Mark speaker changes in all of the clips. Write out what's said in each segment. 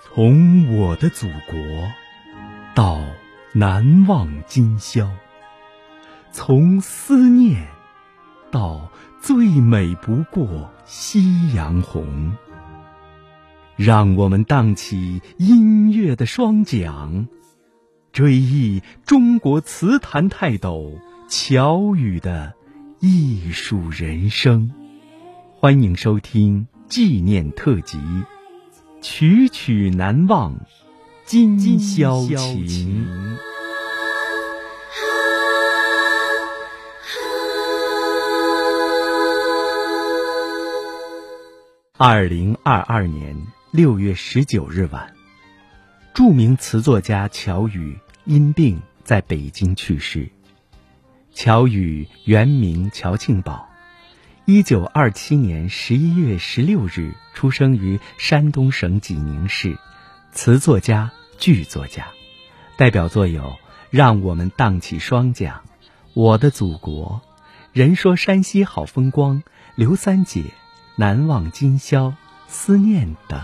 Speaker 1: 从我的祖国到难忘今宵，从思念到最美不过夕阳红。让我们荡起音乐的双桨，追忆中国词坛泰斗乔羽的艺术人生。欢迎收听纪念特辑，曲曲难忘今宵情。2022年6月19日晚，著名词作家乔羽因病在北京去世。乔羽原名乔庆宝，1927年11月16日出生于山东省济宁市，词作家、剧作家，代表作有《让我们荡起双桨》《我的祖国》《人说山西好风光》《刘三姐》《难忘今宵》《思念》等。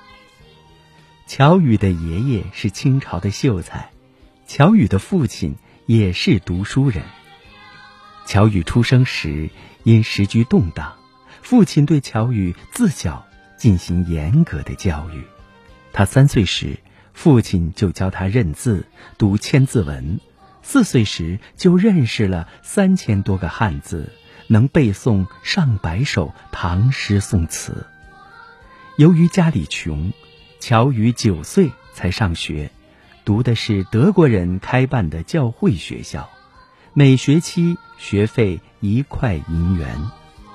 Speaker 1: 乔羽的爷爷是清朝的秀才，乔羽的父亲也是读书人。乔羽出生时因时局动荡，父亲对乔羽自小进行严格的教育。他3岁时，父亲就教他认字、读千字文；4岁时就认识了3000多个汉字，能背诵上百首唐诗宋词。由于家里穷，乔羽9岁才上学，读的是德国人开办的教会学校，每学期学费1块银元。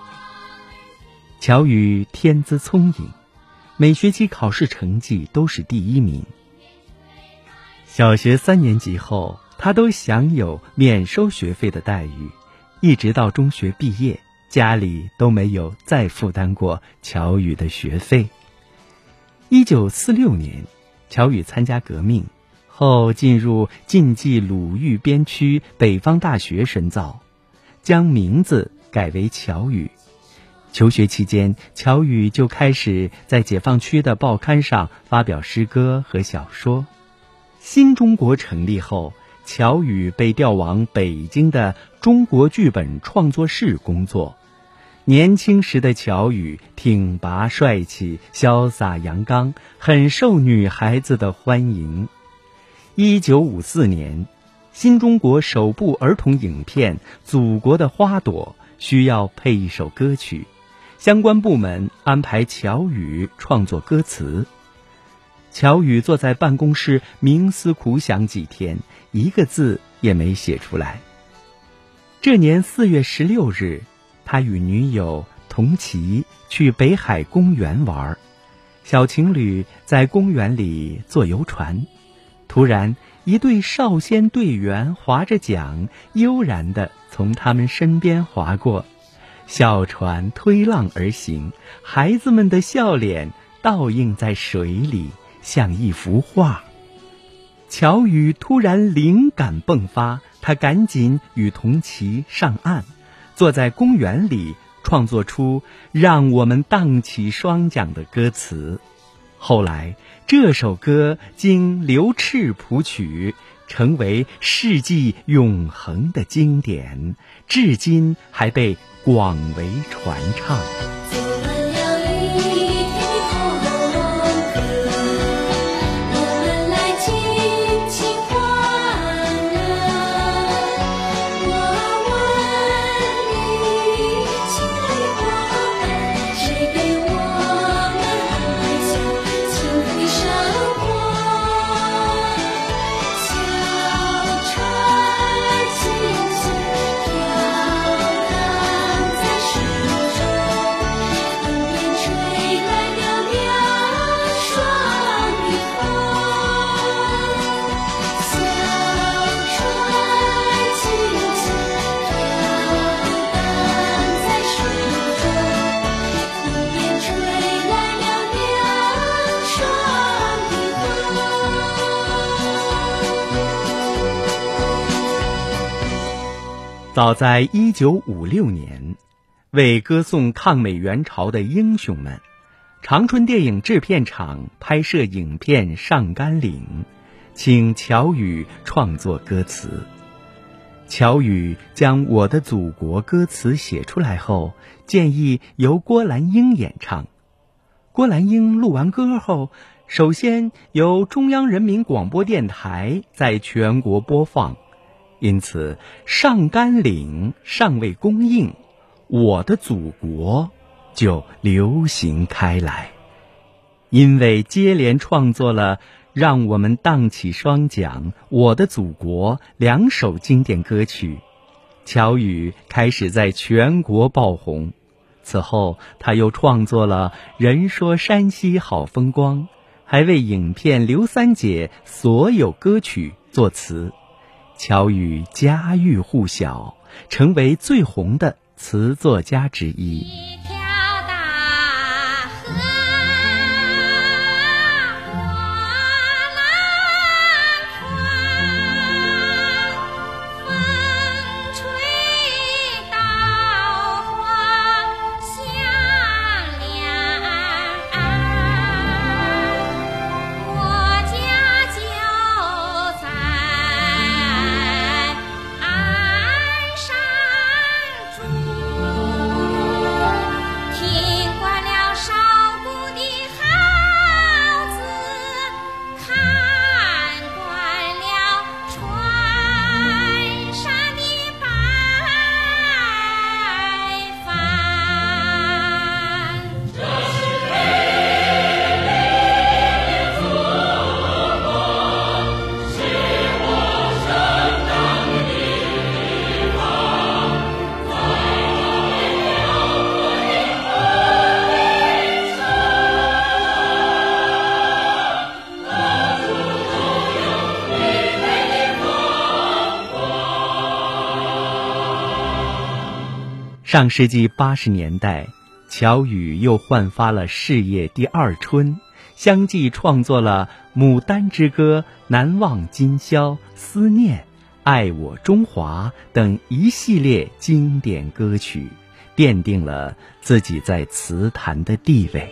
Speaker 1: 乔羽天资聪颖，每学期考试成绩都是第1名。小学3年级后，他都享有免收学费的待遇，一直到中学毕业，家里都没有再负担过乔羽的学费。1946年，乔羽参加革命后，进入晋冀鲁豫边区北方大学深造，将名字改为乔羽。求学期间，乔羽就开始在解放区的报刊上发表诗歌和小说。新中国成立后，乔羽被调往北京的中国剧本创作室工作。年轻时的乔羽挺拔帅气，潇洒阳刚，很受女孩子的欢迎。1954年，新中国首部儿童影片《祖国的花朵》需要配一首歌曲，相关部门安排乔羽创作歌词。乔羽坐在办公室冥思苦想几天，一个字也没写出来。这年4月16日，他与女友童琪去北海公园玩，小情侣在公园里坐游船，突然一对少先队员划着桨，悠然地从他们身边划过，小船推浪而行，孩子们的笑脸倒映在水里，像一幅画。乔羽突然灵感迸发，他赶紧与童琪上岸，坐在公园里创作出让我们荡起双桨的歌词。后来这首歌经刘炽谱曲，成为世纪永恒的经典，至今还被广为传唱。早在1956年，为歌颂抗美援朝的英雄们， 长春电影制片厂拍摄影片《上甘岭》，请乔羽创作歌词。乔羽将《我的祖国》歌词写出来后，建议由郭兰英演唱。郭兰英录完歌后，首先由中央人民广播电台在全国播放，因此《上甘岭》尚未公映，《我的祖国》就流行开来。因为接连创作了让我们荡起双桨、我的祖国2首经典歌曲，乔羽开始在全国爆红。此后他又创作了人说山西好风光，还为影片《刘三姐》所有歌曲作词。乔羽家喻户晓，成为最红的词作家之一。上世纪80年代，乔羽又焕发了事业第2春，相继创作了《牡丹之歌》《难忘今宵》《思念》《爱我中华》等一系列经典歌曲，奠定了自己在词坛的地位。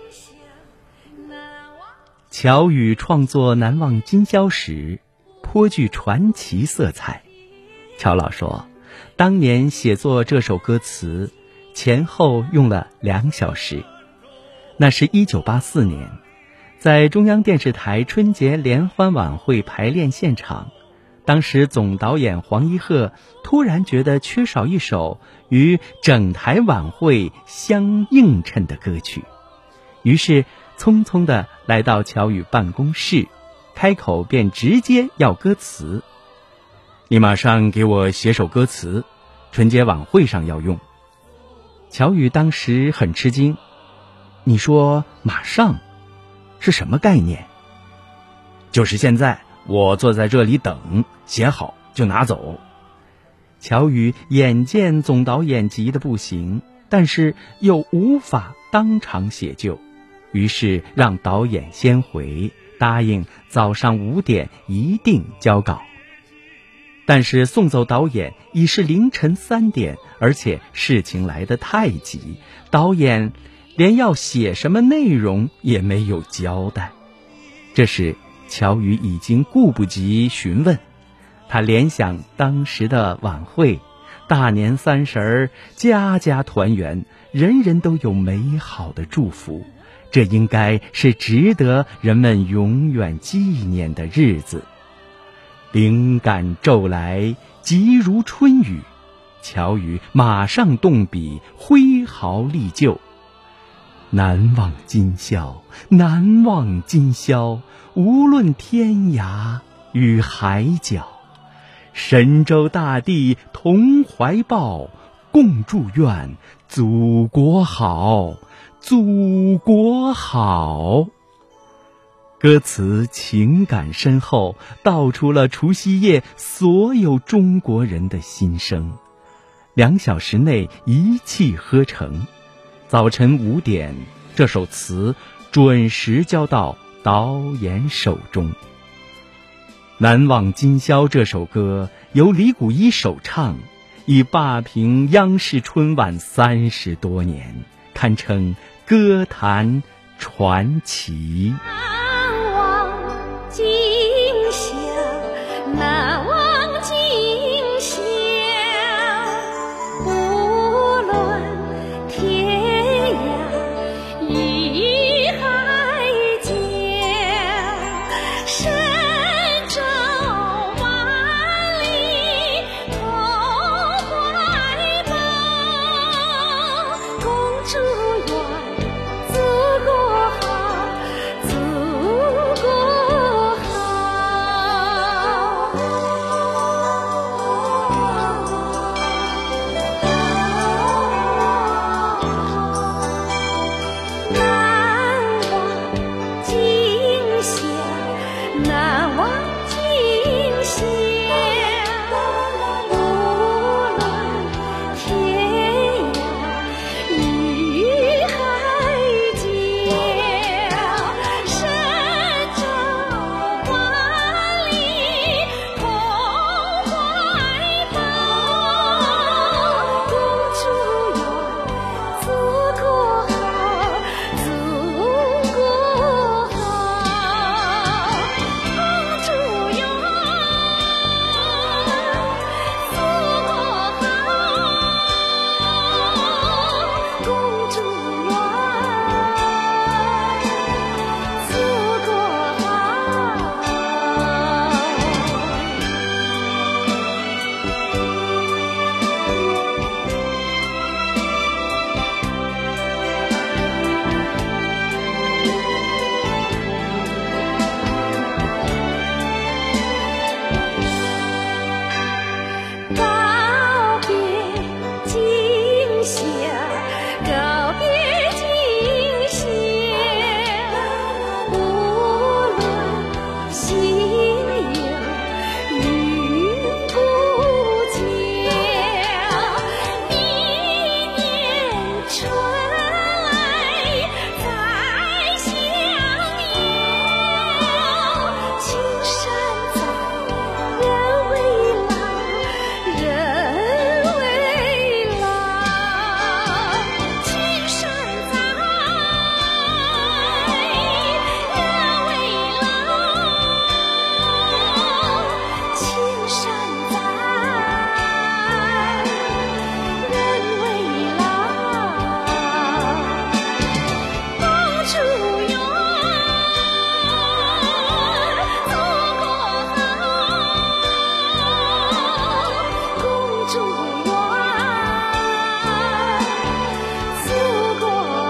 Speaker 1: 乔羽创作《难忘今宵》时，颇具传奇色彩。乔老说，当年写作这首歌词前后用了2小时。那是1984年，在中央电视台春节联欢晚会排练现场，当时总导演黄一鹤突然觉得缺少一首与整台晚会相映衬的歌曲，于是匆匆地来到乔羽办公室，开口便直接要歌词。你马上给我写首歌词，春节晚会上要用。乔羽当时很吃惊，你说马上是什么概念？就是现在，我坐在这里等，写好就拿走。乔羽眼见总导演急得不行，但是又无法当场写就，于是让导演先回，答应早上5点一定交稿。但是送走导演已是凌晨3点，而且事情来得太急，导演连要写什么内容也没有交代。这时乔羽已经顾不及询问，他联想当时的晚会，大年30，家家团圆，人人都有美好的祝福，这应该是值得人们永远纪念的日子。灵感骤来，急如春雨，乔羽马上动笔，挥毫立就。难忘今宵，难忘今宵，无论天涯与海角，神州大地同怀抱，共祝愿祖国好，祖国好。歌词情感深厚，道出了除夕夜所有中国人的心声。2小时内一气呵成，早晨5点，这首词准时交到导演手中。难忘今宵这首歌由李谷一首唱，已霸屏央视春晚30多年，堪称歌坛传奇。
Speaker 2: 难忘今宵，难忘今宵，无论天涯与海角，神州万里同怀抱，共祝愿祖国好，祖国难忘今宵，难忘今宵，无论天涯与海角，神州万里同怀抱，共祝愿祖国好，祖国好，共祝愿祖国好，共祝愿祖国好。告别今宵，告别今宵，无论新友与故交，明年春来再相邀，青山在，人未老，人未老，青山在，人未老，青山在，人未老，共祝愿祖国好，共祝愿祖国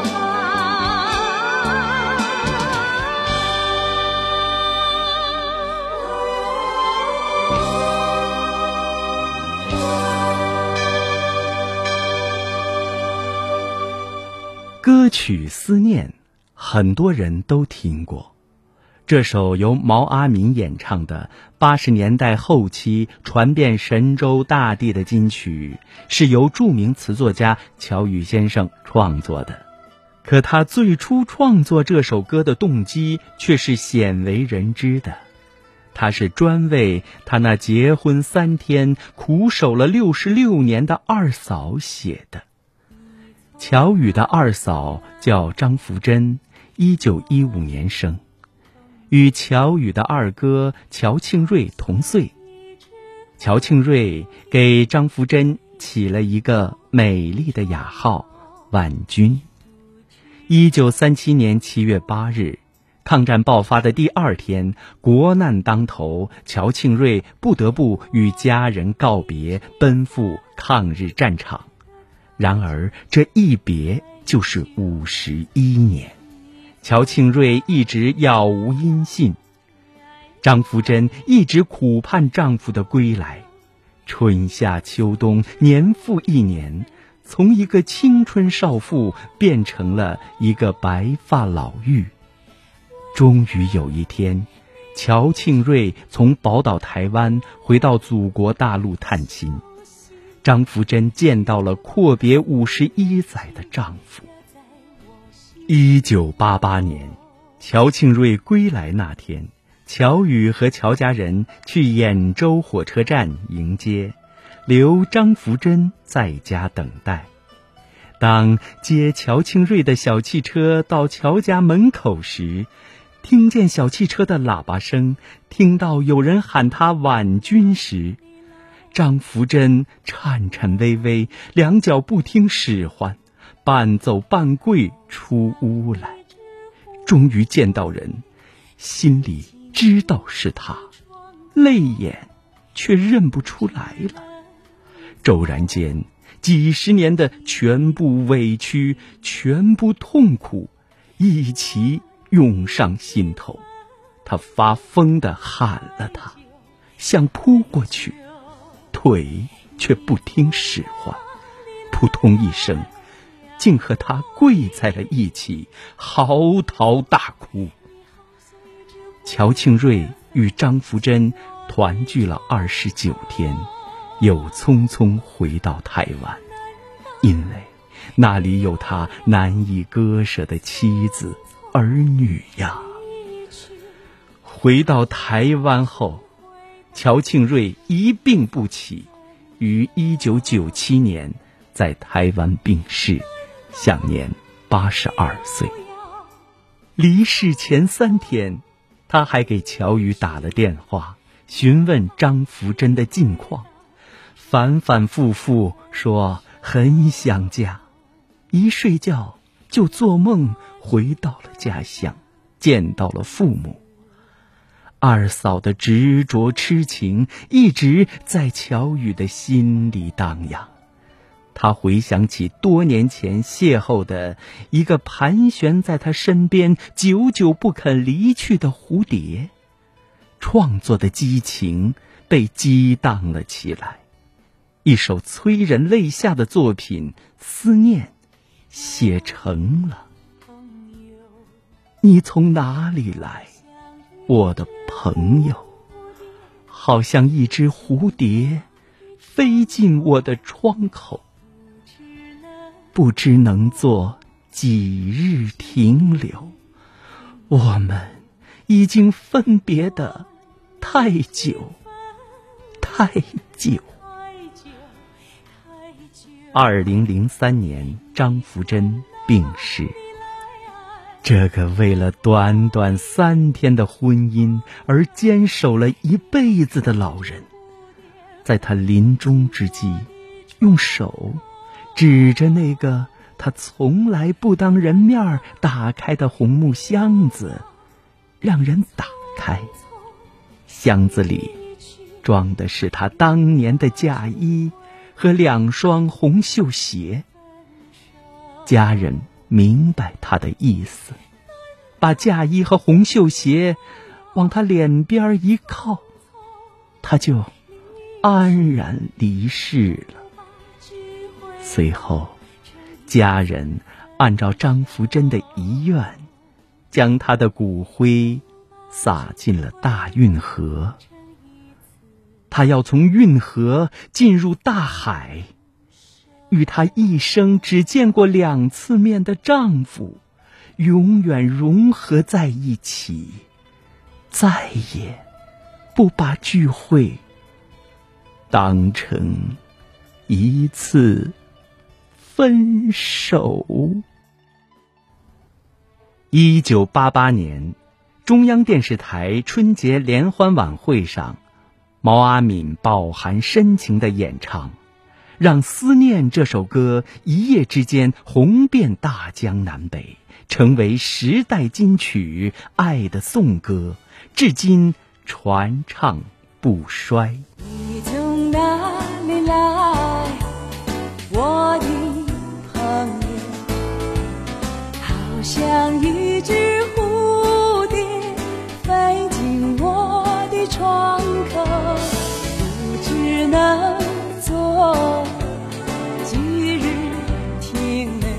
Speaker 1: 歌曲《思念》，很多人都听过。这首由毛阿敏演唱的80年代后期传遍神州大地的金曲，是由著名词作家乔羽先生创作的。可他最初创作这首歌的动机却是鲜为人知的，他是专为他那结婚3天、苦守了66年的二嫂写的。乔羽的二嫂叫张福珍，1915年生，与乔羽的二哥乔庆瑞同岁。乔庆瑞给张福珍起了一个美丽的雅号婉君。1937年7月8日，抗战爆发的第2天，国难当头，乔庆瑞不得不与家人告别，奔赴抗日战场。然而这一别就是51年，乔庆瑞一直杳无音信。张福珍一直苦盼丈夫的归来，春夏秋冬，年复一年，从一个青春少妇变成了一个白发老妪。终于有一天，乔庆瑞从宝岛台湾回到祖国大陆探亲，张福珍见到了阔别51载的丈夫。1988年，乔庆瑞归来那天，乔羽和乔家人去兖州火车站迎接，留张福珍在家等待。 当接乔庆瑞的小汽车到乔家门口时，听见小汽车的喇叭声，听到有人喊他婉君时，张福珍颤颤巍巍，两脚不听使唤，半走半跪出屋来。终于见到人，心里知道是他，泪眼却认不出来了。骤然间，几十年的全部委屈，全部痛苦，一起涌上心头。他发疯地喊了他，想扑过去，腿却不听使唤，扑通一声，竟和他跪在了一起，嚎啕大哭。乔庆瑞与张福珍团聚了29天，又匆匆回到台湾，因为那里有他难以割舍的妻子儿女呀。回到台湾后，乔庆瑞一病不起，于1997年在台湾病逝，享年82岁。离世前3天，他还给乔宇打了电话，询问张福珍的近况，反反复复说很想家，一睡觉就做梦回到了家乡，见到了父母。二嫂的执着痴情一直在乔宇的心里荡漾。他回想起多年前邂逅的一个盘旋在他身边久久不肯离去的蝴蝶，创作的激情被激荡了起来。一首催人泪下的作品《思念》写成了。你从哪里来，我的朋友？好像一只蝴蝶飞进我的窗口，不知能做几日停留。我们已经分别的太久太久。2003年，张福珍病逝。这个为了短短3天的婚姻而坚守了一辈子的老人，在他临终之际，用手指着那个他从来不当人面打开的红木箱子，让人打开。箱子里装的是他当年的嫁衣和2双红绣鞋。家人明白他的意思，把嫁衣和红绣鞋往他脸边一靠，他就安然离世了。随后，家人按照张福珍的遗愿，将他的骨灰撒进了大运河。他要从运河进入大海，与他一生只见过2次面的丈夫永远融合在一起，再也不把聚会当成一次分手。1988年，中央电视台春节联欢晚会上，毛阿敏饱含深情的演唱，让《思念》这首歌一夜之间红遍大江南北，成为时代金曲，爱的颂歌，至今传唱不衰。
Speaker 2: 你从哪里来，我的朋友？好像一只蝴蝶飞进我的窗口，不知能做几日停留。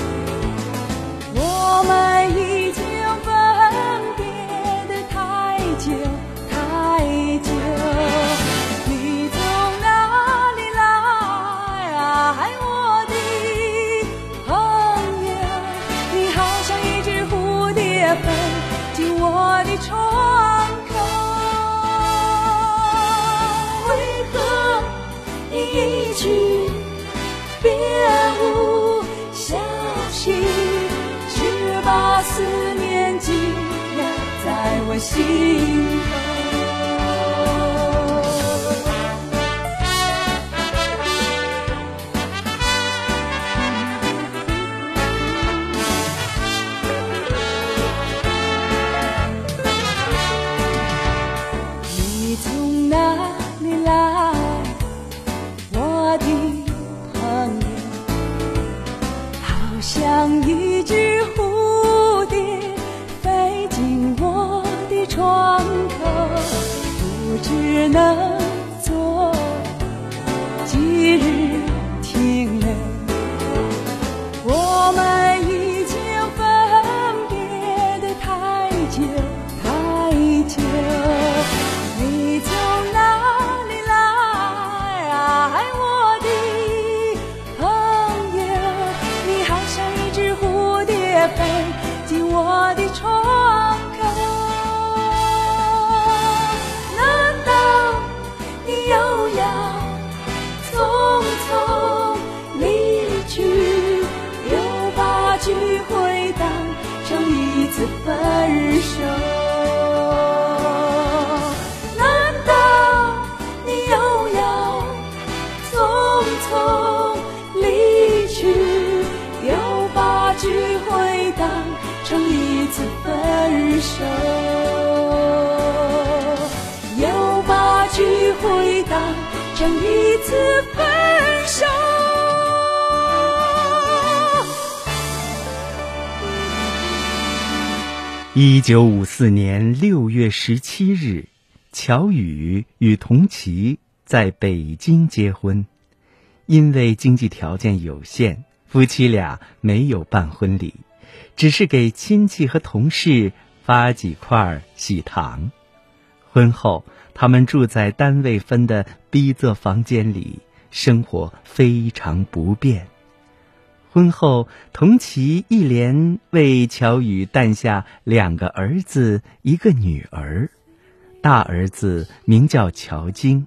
Speaker 2: 我们已经分别的太久太久。你从哪里来，我的朋友？你好像一只蝴蝶飞进我的窗口。为何你一去别无我心头。你从哪里来，我的朋友？好像一只蝴蝶飞进我的窗口，不知能做几日停留。我们已经分别得太久太久，你从哪里来，爱我的朋友？你好像一只蝴蝶飞进我的窗口，难道你又要匆匆离去，又把聚会当成一次分手？难道你又要匆匆离去，又把聚会当成一次分手？又把聚会当成一次分手。
Speaker 1: 1954年6月17日，乔羽与童琪在北京结婚。因为经济条件有限，夫妻俩没有办婚礼，只是给亲戚和同事发几块喜糖。婚后，他们住在单位分的逼仄房间里，生活非常不便。婚后，童琪一连为乔羽诞下2个儿子1个女儿。大儿子名叫乔晶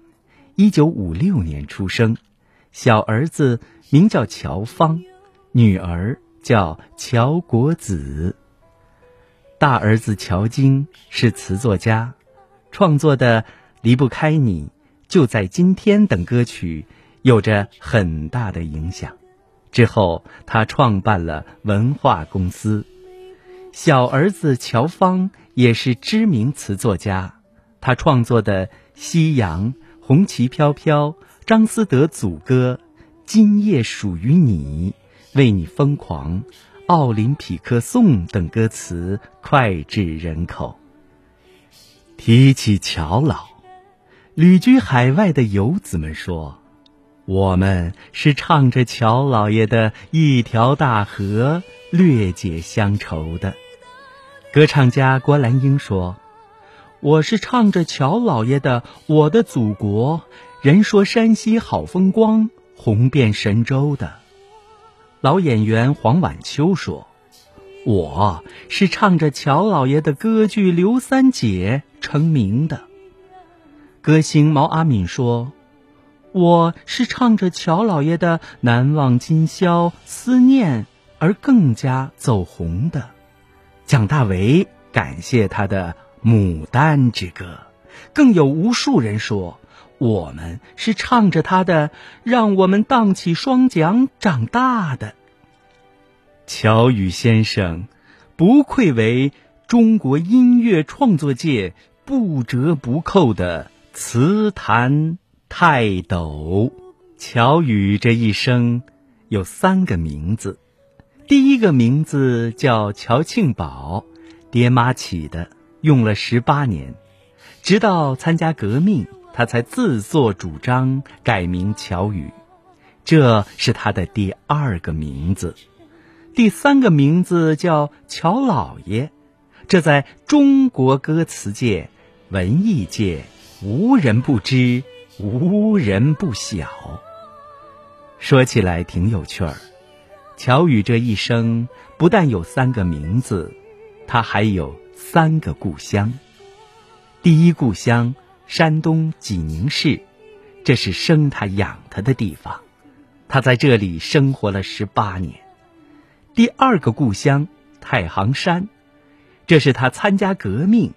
Speaker 1: ，1956年出生；小儿子名叫乔芳，女儿叫乔国子。大儿子乔晶是词作家，创作的《离不开你》《就在今天》等歌曲有着很大的影响。之后他创办了文化公司。小儿子乔芳也是知名词作家，他创作的《夕阳》《红旗飘飘》张思德组歌《今夜属于你》《为你疯狂》《奥林匹克颂》等歌词脍炙人口。提起乔老，旅居海外的游子们说，我们是唱着乔老爷的一条大河略解乡愁的。歌唱家郭兰英说，我是唱着乔老爷的我的祖国，人说山西好风光，红遍神州的。老演员黄婉秋说，我是唱着乔老爷的歌剧《刘三姐》成名的。歌星毛阿敏说，我是唱着乔老爷的难忘今宵思念而更加走红的。蒋大为感谢他的牡丹之歌，更有无数人说，我们是唱着他的让我们荡起双桨长大的。乔羽先生不愧为中国音乐创作界不折不扣的词坛泰斗。乔羽这一生有3个名字，第一个名字叫乔庆宝，爹妈起的，用了18年，直到参加革命，他才自作主张改名乔羽，这是他的第2个名字。第3个名字叫乔老爷，这在中国歌词界、文艺界无人不知，无人不晓。说起来挺有趣儿，乔羽这一生不但有3个名字，他还有3个故乡。第一故乡山东济宁市，这是生他养他的地方，他在这里生活了18年。第2个故乡太行山，这是他参加革命，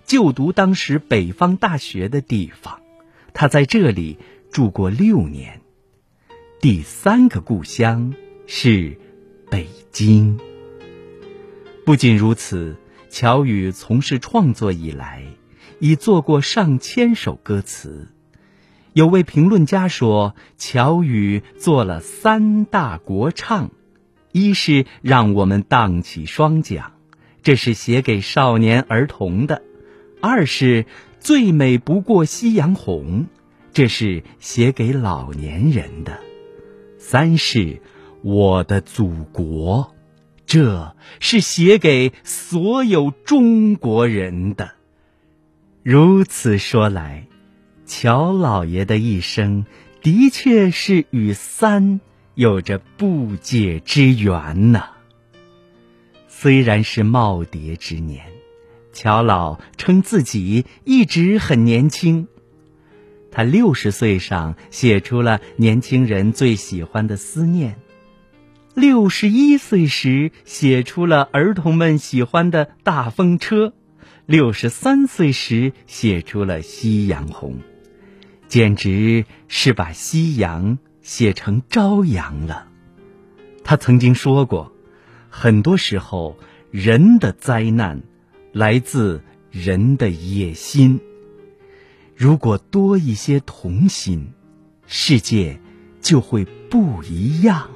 Speaker 1: 就读当时北方大学的地方，他在这里住过6年。第3个故乡是北京。不仅如此，乔羽从事创作以来，已做过上千首歌词。有位评论家说，乔羽做了3大国唱，一是让我们荡起双桨，这是写给少年儿童的；二是最美不过夕阳红，这是写给老年人的；三是我的祖国，这是写给所有中国人的。如此说来，乔老爷的一生的确是与3有着不解之缘呢。虽然是耄耋之年，乔老称自己一直很年轻。他60岁上写出了年轻人最喜欢的思念，61岁时写出了儿童们喜欢的大风车，63岁时写出了夕阳红，简直是把夕阳写成朝阳了。他曾经说过，很多时候人的灾难来自人的野心，如果多一些童心，世界就会不一样。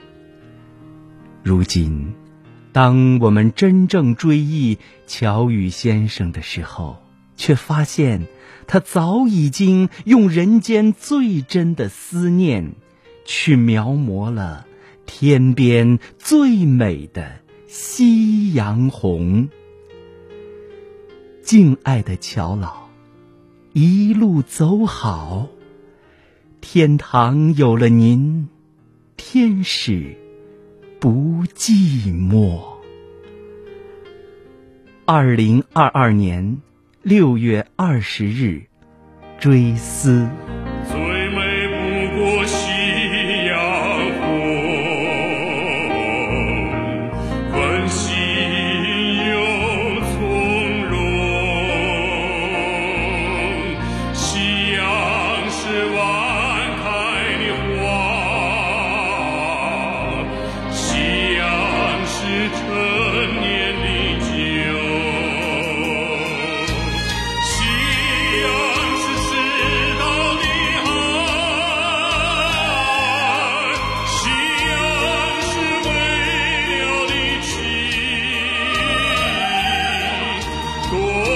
Speaker 1: 如今当我们真正追忆乔羽先生的时候，却发现他早已经用人间最真的思念去描摹了天边最美的夕阳红。敬爱的乔老，一路走好，天堂有了您，天使不寂寞。2022年6月20日，追思。
Speaker 3: 最美不过夕阳红，温馨又从容。夕阳是晚开的花，夕阳是陈年的酒。多